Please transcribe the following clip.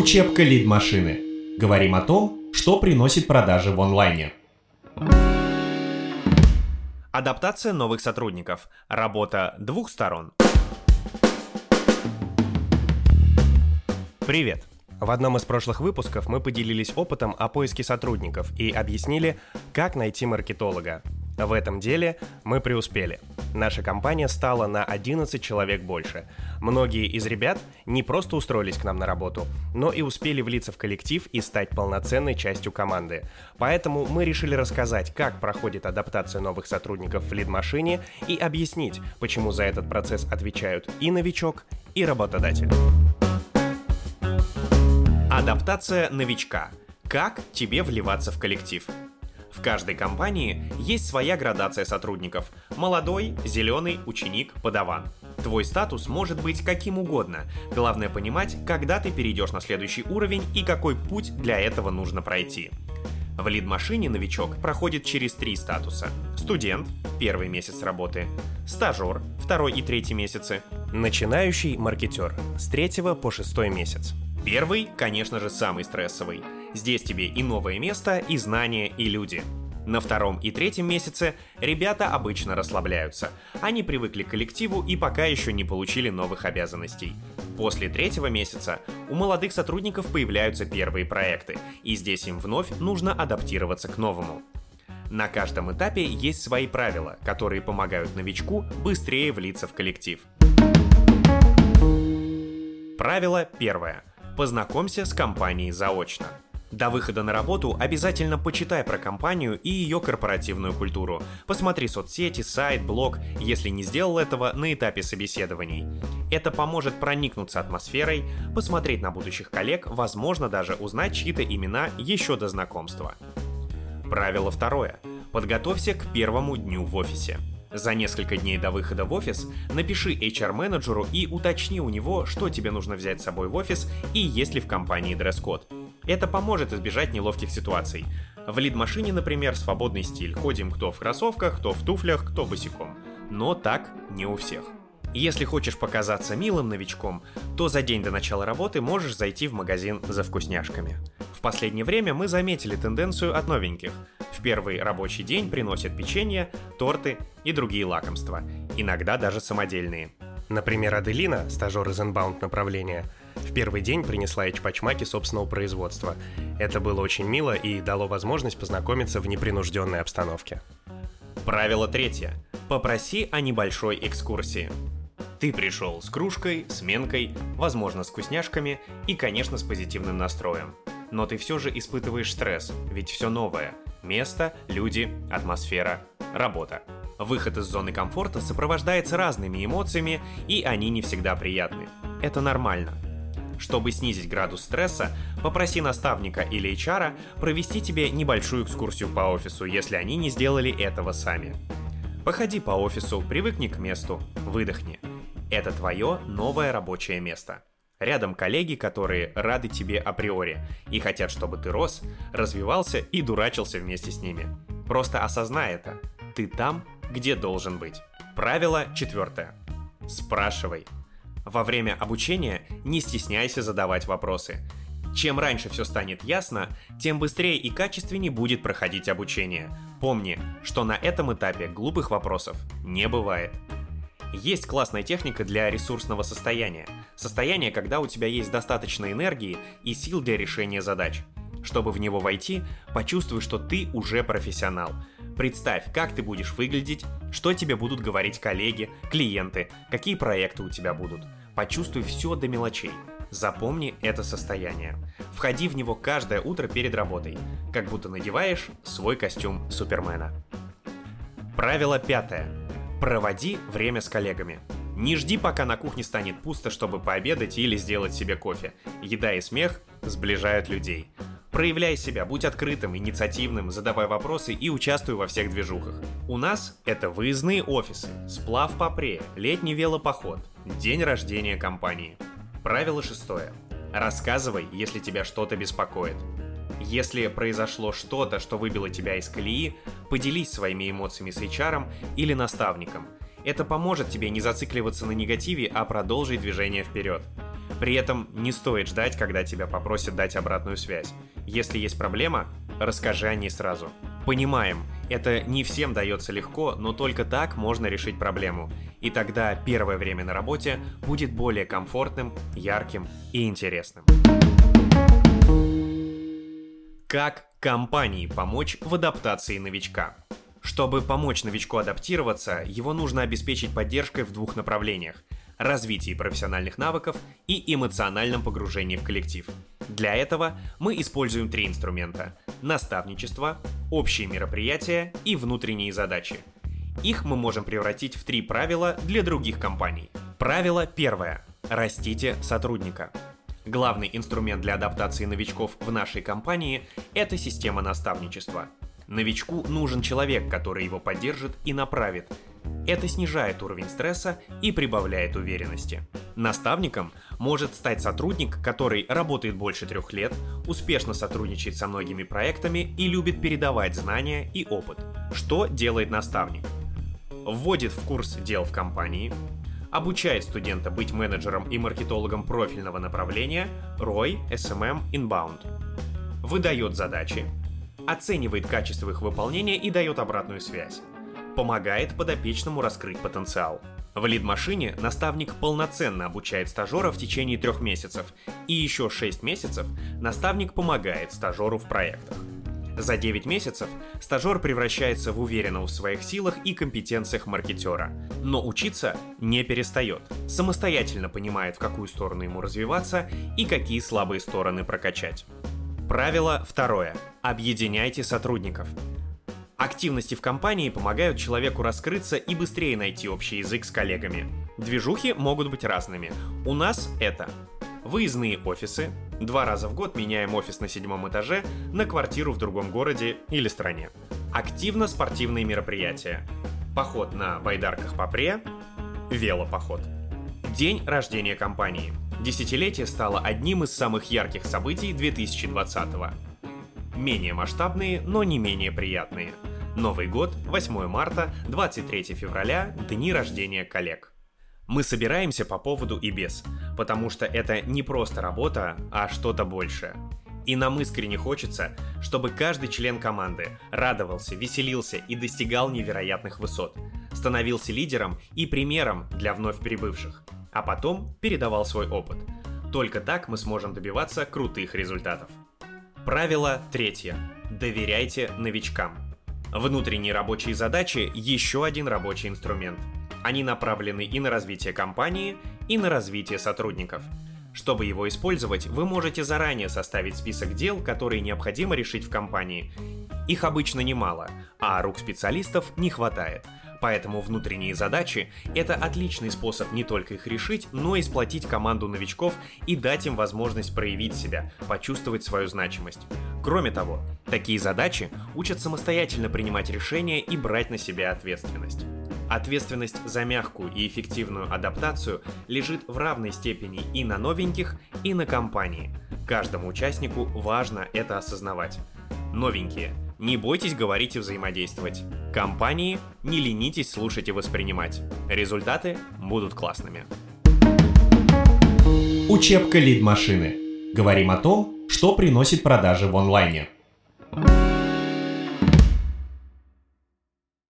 Учебка лид-машины. Говорим о том, что приносит продажи в онлайне. Адаптация новых сотрудников. Работа двух сторон. Привет! В одном из прошлых выпусков мы поделились опытом о поиске сотрудников и объяснили, как найти маркетолога. В этом деле мы преуспели. Наша компания стала на 11 человек больше. Многие из ребят не просто устроились к нам на работу, но и успели влиться в коллектив и стать полноценной частью команды. Поэтому мы решили рассказать, как проходит адаптация новых сотрудников в лид-машине и объяснить, почему за этот процесс отвечают и новичок, и работодатель. Адаптация новичка. Как тебе вливаться в коллектив? В каждой компании есть своя градация сотрудников. Молодой, зеленый, ученик, подаван. Твой статус может быть каким угодно. Главное понимать, когда ты перейдешь на следующий уровень и какой путь для этого нужно пройти. В лид-машине новичок проходит через 3 статуса. Студент – первый месяц работы. Стажер – 2 и 3 месяцы. Начинающий маркетер – с 3 по 6 месяц. Первый, конечно же, самый стрессовый. Здесь тебе и новое место, и знания, и люди. На 2 и 3 месяце ребята обычно расслабляются. Они привыкли к коллективу и пока еще не получили новых обязанностей. После 3 месяца у молодых сотрудников появляются первые проекты, и здесь им вновь нужно адаптироваться к новому. На каждом этапе есть свои правила, которые помогают новичку быстрее влиться в коллектив. Правило первое. Познакомься с компанией заочно. До выхода на работу обязательно почитай про компанию и ее корпоративную культуру. Посмотри соцсети, сайт, блог, если не сделал этого на этапе собеседований. Это поможет проникнуться атмосферой, посмотреть на будущих коллег, возможно даже узнать чьи-то имена еще до знакомства. Правило второе. Подготовься к первому дню в офисе. За несколько дней до выхода в офис напиши HR-менеджеру и уточни у него, что тебе нужно взять с собой в офис и есть ли в компании дресс-код. Это поможет избежать неловких ситуаций. В лид-машине, например, свободный стиль. Ходим кто в кроссовках, кто в туфлях, кто босиком. Но так не у всех. Если хочешь показаться милым новичком, то за день до начала работы можешь зайти в магазин за вкусняшками. В последнее время мы заметили тенденцию от новеньких. В первый рабочий день приносят печенье, торты и другие лакомства, иногда даже самодельные. Например, Аделина, стажер из Inbound направления, в первый день принесла эчпачмаки собственного производства. Это было очень мило и дало возможность познакомиться в непринужденной обстановке. Правило третье. Попроси о небольшой экскурсии. Ты пришел с кружкой, с менкой, возможно, с вкусняшками и, конечно, с позитивным настроем. Но ты все же испытываешь стресс, ведь все новое. Место, люди, атмосфера, работа. Выход из зоны комфорта сопровождается разными эмоциями, и они не всегда приятны. Это нормально. Чтобы снизить градус стресса, попроси наставника или HR провести тебе небольшую экскурсию по офису, если они не сделали этого сами. Походи по офису, привыкни к месту, выдохни. Это твое новое рабочее место. Рядом коллеги, которые рады тебе априори и хотят, чтобы ты рос, развивался и дурачился вместе с ними. Просто осознай это. Ты там, где должен быть. Правило 4. Спрашивай. Во время обучения не стесняйся задавать вопросы. Чем раньше все станет ясно, тем быстрее и качественнее будет проходить обучение. Помни, что на этом этапе глупых вопросов не бывает. Есть классная техника для ресурсного состояния. Состояние, когда у тебя есть достаточно энергии и сил для решения задач. Чтобы в него войти, почувствуй, что ты уже профессионал. Представь, как ты будешь выглядеть, что тебе будут говорить коллеги, клиенты, какие проекты у тебя будут. Почувствуй все до мелочей. Запомни это состояние. Входи в него каждое утро перед работой, как будто надеваешь свой костюм Супермена. Правило 5. Проводи время с коллегами. Не жди, пока на кухне станет пусто, чтобы пообедать или сделать себе кофе. Еда и смех сближают людей. Проявляй себя, будь открытым, инициативным, задавай вопросы и участвуй во всех движухах. У нас это выездные офисы, сплав по Пре, летний велопоход, день рождения компании. Правило 6. Рассказывай, если тебя что-то беспокоит. Если произошло что-то, что выбило тебя из колеи, поделись своими эмоциями с HR или наставником. Это поможет тебе не зацикливаться на негативе, а продолжить движение вперед. При этом не стоит ждать, когда тебя попросят дать обратную связь. Если есть проблема, расскажи о ней сразу. Понимаем, это не всем дается легко, но только так можно решить проблему. И тогда первое время на работе будет более комфортным, ярким и интересным. Как компании помочь в адаптации новичка? Чтобы помочь новичку адаптироваться, его нужно обеспечить поддержкой в двух направлениях: развитии профессиональных навыков и эмоциональном погружении в коллектив. Для этого мы используем 3 инструмента: наставничество, общие мероприятия и внутренние задачи. Их мы можем превратить в 3 правила для других компаний. Правило первое. Растите сотрудника. Главный инструмент для адаптации новичков в нашей компании – это система наставничества. Новичку нужен человек, который его поддержит и направит. Это снижает уровень стресса и прибавляет уверенности. Наставником может стать сотрудник, который работает больше 3 лет, успешно сотрудничает со многими проектами и любит передавать знания и опыт. Что делает наставник? Вводит в курс дел в компании, обучает студента быть менеджером и маркетологом профильного направления ROI, SMM, Inbound, выдает задачи, оценивает качество их выполнения и дает обратную связь, помогает подопечному раскрыть потенциал. В лид-машине наставник полноценно обучает стажера в течение 3 месяцев, и еще 6 месяцев наставник помогает стажеру в проектах. За 9 месяцев стажер превращается в уверенного в своих силах и компетенциях маркетера, но учиться не перестает, самостоятельно понимает, в какую сторону ему развиваться и какие слабые стороны прокачать. Правило второе. Объединяйте сотрудников. Активности в компании помогают человеку раскрыться и быстрее найти общий язык с коллегами. Движухи могут быть разными. У нас это выездные офисы. 2 раза в год меняем офис на 7 этаже на квартиру в другом городе или стране. Активно-спортивные мероприятия. Поход на байдарках по Пре. Велопоход. День рождения компании. Десятилетие стало одним из самых ярких событий 2020-го. Менее масштабные, но не менее приятные. Новый год, 8 марта, 23 февраля, дни рождения коллег. Мы собираемся по поводу и без, потому что это не просто работа, а что-то большее. И нам искренне хочется, чтобы каждый член команды радовался, веселился и достигал невероятных высот, становился лидером и примером для вновь прибывших, а потом передавал свой опыт. Только так мы сможем добиваться крутых результатов. Правило третье. Доверяйте новичкам. Внутренние рабочие задачи – еще один рабочий инструмент. Они направлены и на развитие компании, и на развитие сотрудников. Чтобы его использовать, вы можете заранее составить список дел, которые необходимо решить в компании. Их обычно немало, а рук специалистов не хватает. Поэтому внутренние задачи – это отличный способ не только их решить, но и сплотить команду новичков и дать им возможность проявить себя, почувствовать свою значимость. Кроме того, такие задачи учат самостоятельно принимать решения и брать на себя ответственность. Ответственность за мягкую и эффективную адаптацию лежит в равной степени и на новеньких, и на компании. Каждому участнику важно это осознавать. Новенькие, не бойтесь говорить и взаимодействовать. Компании, не ленитесь слушать и воспринимать. Результаты будут классными. Учебка лид-машины. Говорим о том, что приносит продажи в онлайне.